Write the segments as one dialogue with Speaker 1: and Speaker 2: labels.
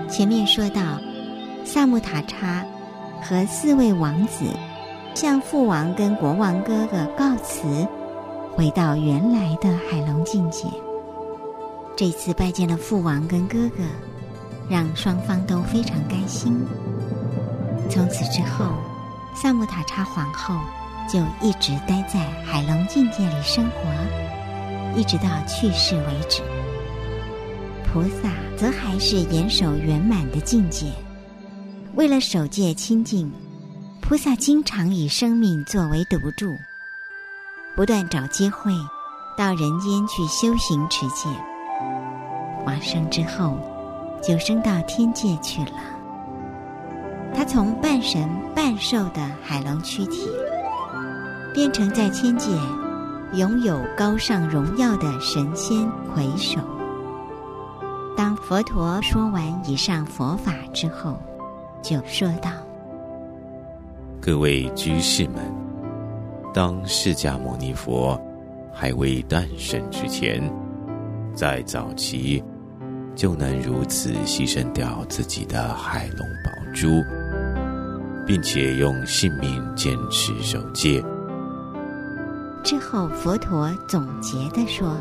Speaker 1: 前面说到，萨木塔叉和4位王子向父王跟国王哥哥告辞，回到原来的海龙境界。这次拜见了父王跟哥哥，让双方都非常开心。从此之后，萨木塔叉皇后就一直待在海龙境界里生活，一直到去世为止。菩萨则还是严守圆满的境界。为了守戒清净，菩萨经常以生命作为赌注，不断找机会到人间去修行持戒。往生之后，就升到天界去了。他从半神半兽的海龙躯体，变成在天界拥有高尚荣耀的神仙魁首。当佛陀说完以上佛法之后，就说道：
Speaker 2: 各位居士们，当释迦牟尼佛还未诞生之前，在早期就能如此牺牲掉自己的海龙宝珠，并且用性命坚持守戒。
Speaker 1: 之后佛陀总结地说：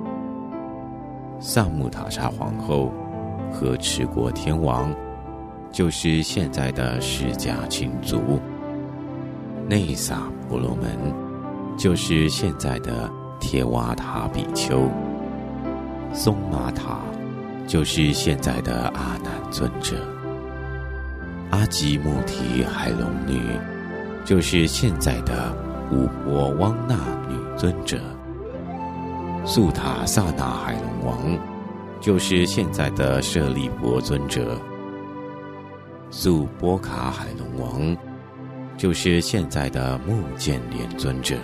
Speaker 2: 萨木塔叉皇后和持国天王就是现在的释迦亲族，内萨婆罗门就是现在的贴瓦塔比丘，松玛塔就是现在的阿难尊者，阿吉穆提海龙女就是现在的乌婆汪那女尊者，素塔萨那海龙王就是现在的舍利佛尊者，素波卡海龙王就是现在的目犍连尊者，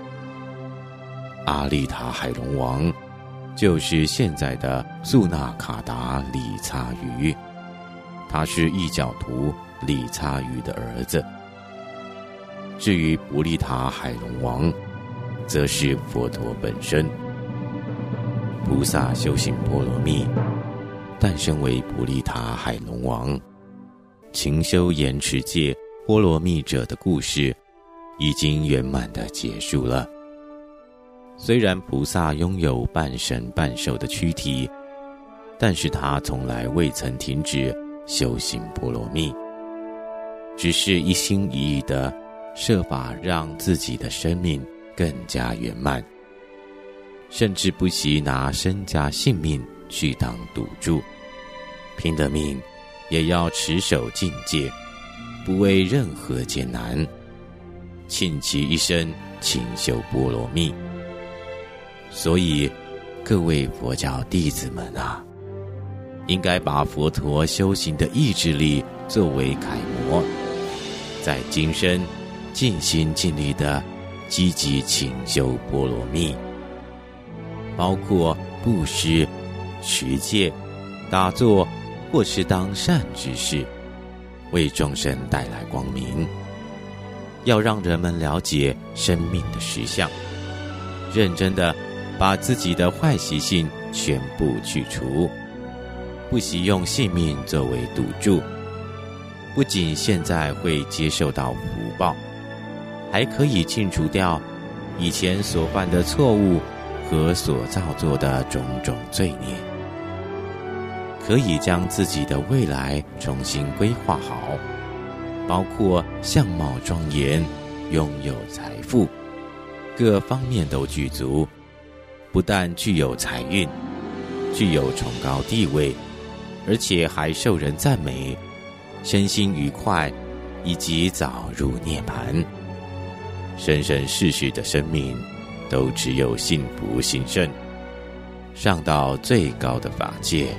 Speaker 2: 阿利塔海龙王就是现在的素那卡达理擦鱼，他是异教徒理擦鱼的儿子。至于布利塔海龙王，则是佛陀本身。菩萨修行波罗蜜，诞生为布利塔海龙王。勤修严持戒波罗蜜者的故事已经圆满地结束了。虽然菩萨拥有半神半兽的躯体，但是他从来未曾停止修行波罗蜜，只是一心一意地设法让自己的生命更加圆满，甚至不惜拿身家性命去当赌注，拼了命也要持守境界，不畏任何艰难，倾其一生勤修波罗蜜。所以各位佛教弟子们啊，应该把佛陀修行的意志力作为楷模，在今生尽心尽力地积极勤修波罗蜜，包括布施、持戒、打坐或是当善之事，为众生带来光明。要让人们了解生命的实相，认真地把自己的坏习性全部去除，不惜用性命作为赌注。不仅现在会接受到福报，还可以清除掉以前所犯的错误和所造作的种种罪孽，可以将自己的未来重新规划好，包括相貌庄严、拥有财富，各方面都具足，不但具有财运，具有崇高地位，而且还受人赞美，身心愉快，以及早入涅槃。生生世世的生命都只有幸福兴盛，上到最高的法界。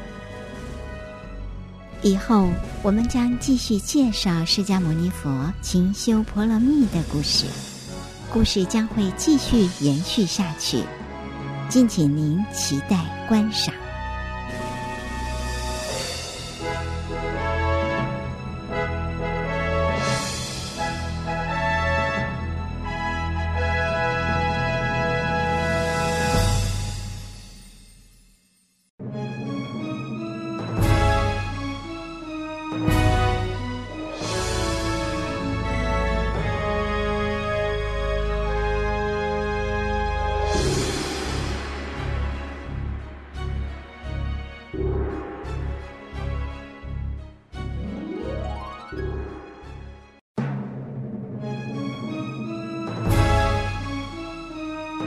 Speaker 1: 以后我们将继续介绍释迦牟尼佛勤修婆罗蜜的故事，故事将会继续延续下去，敬请您期待观赏。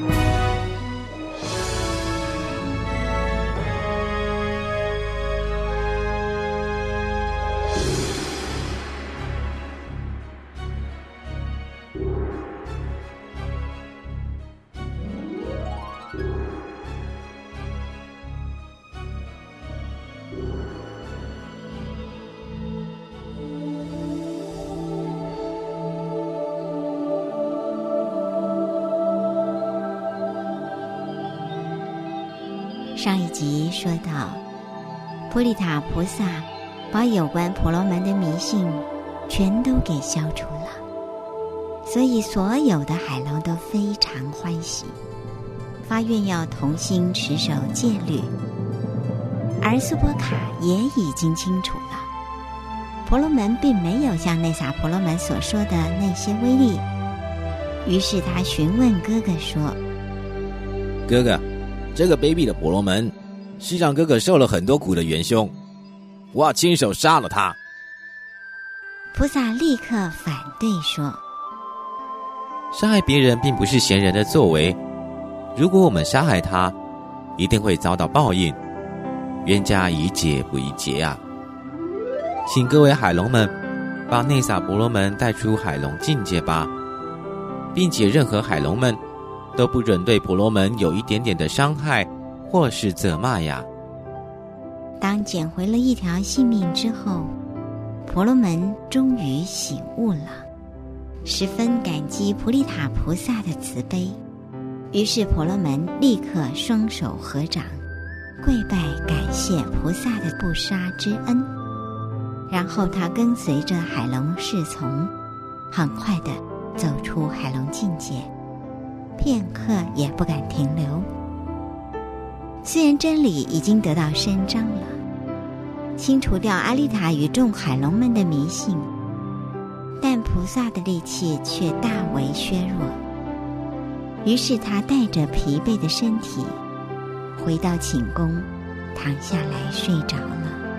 Speaker 1: 上一集说到，普利塔菩萨把有关婆罗门的迷信全都给消除了，所以所有的海龙都非常欢喜，发愿要同心持守戒律。而苏波卡也已经清楚了，婆罗门并没有像内萨婆罗门所说的那些威力，于是他询问哥哥说：
Speaker 2: 哥哥，这个卑鄙的婆罗门是让哥哥受了很多苦的元凶，我要亲手杀了他。
Speaker 1: 菩萨立刻反对说：
Speaker 2: 杀害别人并不是贤人的作为，如果我们杀害他，一定会遭到报应，冤家宜解不宜结啊！请各位海龙们把内萨婆罗门带出海龙境界吧，并且任何海龙们都不准对婆罗门有一点点的伤害或是责骂呀。
Speaker 1: 当捡回了一条性命之后，婆罗门终于醒悟了，十分感激普利塔菩萨的慈悲，于是婆罗门立刻双手合掌，跪拜感谢菩萨的不杀之恩。然后他跟随着海龙侍从，很快地走出海龙境界，片刻也不敢停留。虽然真理已经得到伸张了，清除掉阿丽塔与众海龙们的迷信，但菩萨的力气却大为削弱。于是他带着疲惫的身体回到寝宫，躺下来睡着了。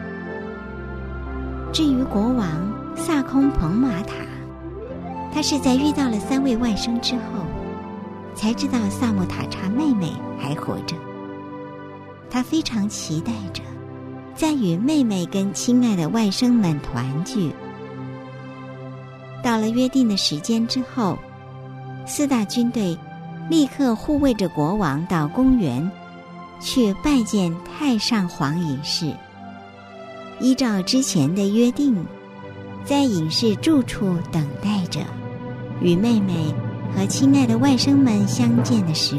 Speaker 1: 至于国王萨空彭玛塔，他是在遇到了3位外甥之后，才知道萨姆塔查妹妹还活着。他非常期待着再与妹妹跟亲爱的外甥们团聚。到了约定的时间之后，4大军队立刻护卫着国王到公园去拜见太上皇隐士。依照之前的约定，在隐士住处等待着与妹妹和亲爱的外甥们相见的时刻。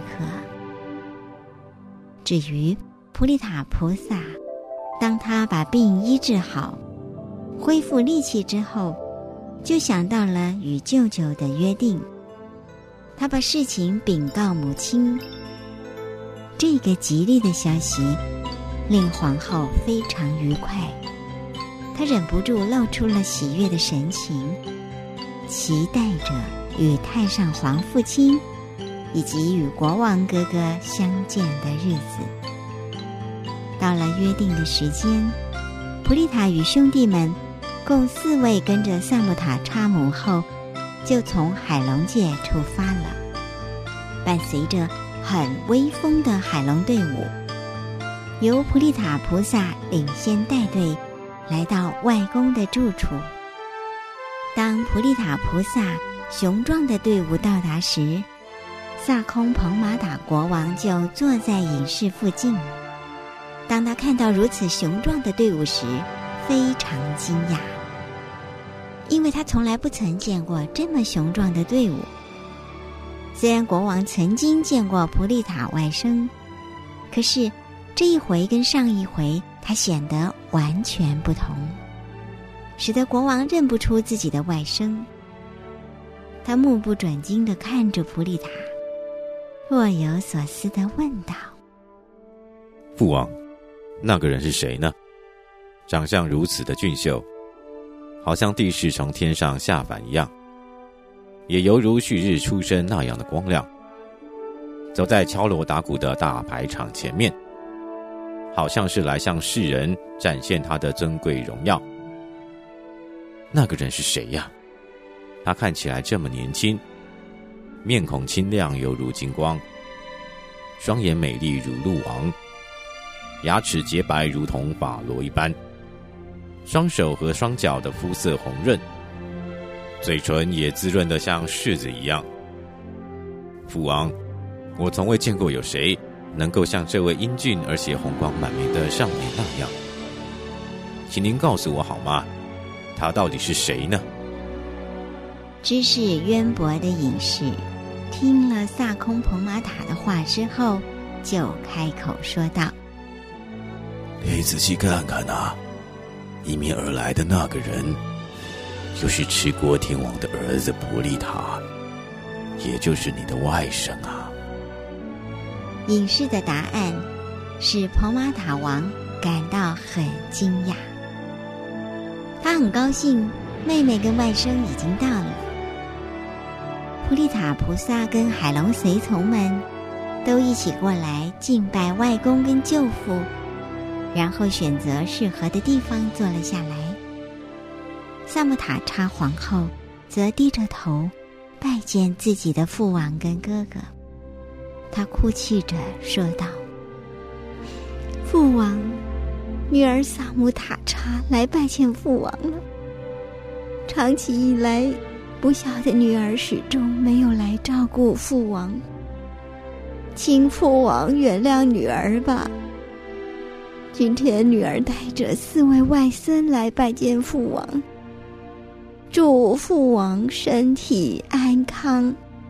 Speaker 1: 至于普利塔菩萨，当他把病医治好，恢复力气之后，就想到了与舅舅的约定。他把事情禀告母亲。这个吉利的消息令皇后非常愉快，她忍不住露出了喜悦的神情，期待着与太上皇父亲以及与国王哥哥相见的日子。到了约定的时间，普利塔与兄弟们共4位跟着萨姆塔查母后，就从海龙界出发了，伴随着很威风的海龙队伍，由普利塔菩萨领先带队来到外公的住处。当普利塔菩萨雄壮的队伍到达时，萨空彭玛塔国王就坐在隐士附近。当他看到如此雄壮的队伍时，非常惊讶，因为他从来不曾见过这么雄壮的队伍。虽然国王曾经见过普利塔外甥，可是这一回跟上一回他显得完全不同，使得国王认不出自己的外甥。他目不转睛地看着普利塔，若有所思地问道：
Speaker 2: 父王，那个人是谁呢？长相如此的俊秀，好像帝释从天上下凡一样，也犹如旭日初升那样的光亮，走在敲锣打鼓的大排场前面，好像是来向世人展现他的尊贵荣耀。那个人是谁呀？他看起来这么年轻，面孔清亮犹如金光， 双眼美丽如鹿王，牙齿洁白如同法罗一般，双手和双脚的肤色红润，嘴唇也滋润得像柿子一样。父王，我从未见过有谁能够像这位英俊而且红光满面的少年那样，请您告诉我好吗？他到底是谁呢？
Speaker 1: 知识渊博的隐士听了萨空蓬玛塔的话之后，就开口说道：
Speaker 2: 你仔细看看啊，迎面而来的那个人，就是持国天王的儿子伯利塔，也就是你的外甥啊。
Speaker 1: 隐士的答案使蓬玛塔王感到很惊讶，他很高兴妹妹跟外甥已经到了。普利塔菩萨跟海龙随从们都一起过来敬拜外公跟舅父，然后选择适合的地方坐了下来。萨姆塔查皇后则低着头拜见自己的父王跟哥哥，她哭泣着说道：父王，女儿萨姆塔查来拜见父王了。长期以来，不孝的女儿始终没有来照顾父王，请父王原谅女儿吧。今天女儿带着4位外孙来拜见父王，祝父王身体安康。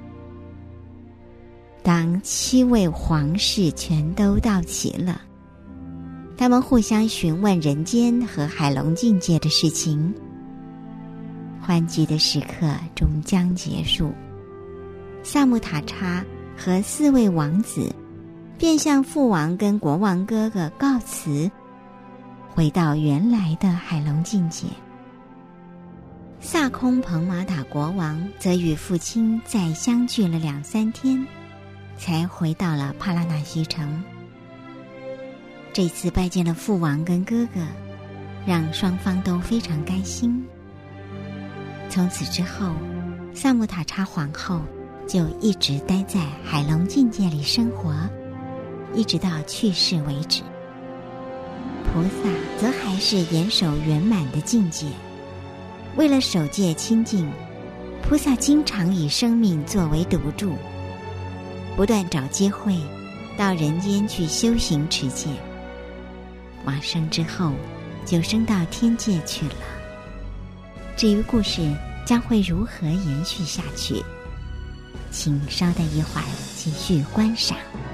Speaker 1: 当7位皇室全都到齐了，他们互相询问人间和海龙境界的事情。欢聚的时刻终将结束，萨姆塔查和4位王子便向父王跟国王哥哥告辞，回到原来的海龙境界。萨空蓬玛塔国王则与父亲再相聚了2-3天，才回到了帕拉纳西城。这次拜见了父王跟哥哥，让双方都非常开心。从此之后，萨姆塔查皇后就一直待在海龙境界里生活，一直到去世为止。菩萨则还是严守圆满的境界。为了守戒清净，菩萨经常以生命作为赌注，不断找机会到人间去修行持戒。往生之后，就升到天界去了。至于故事将会如何延续下去，请稍待一会儿继续观赏。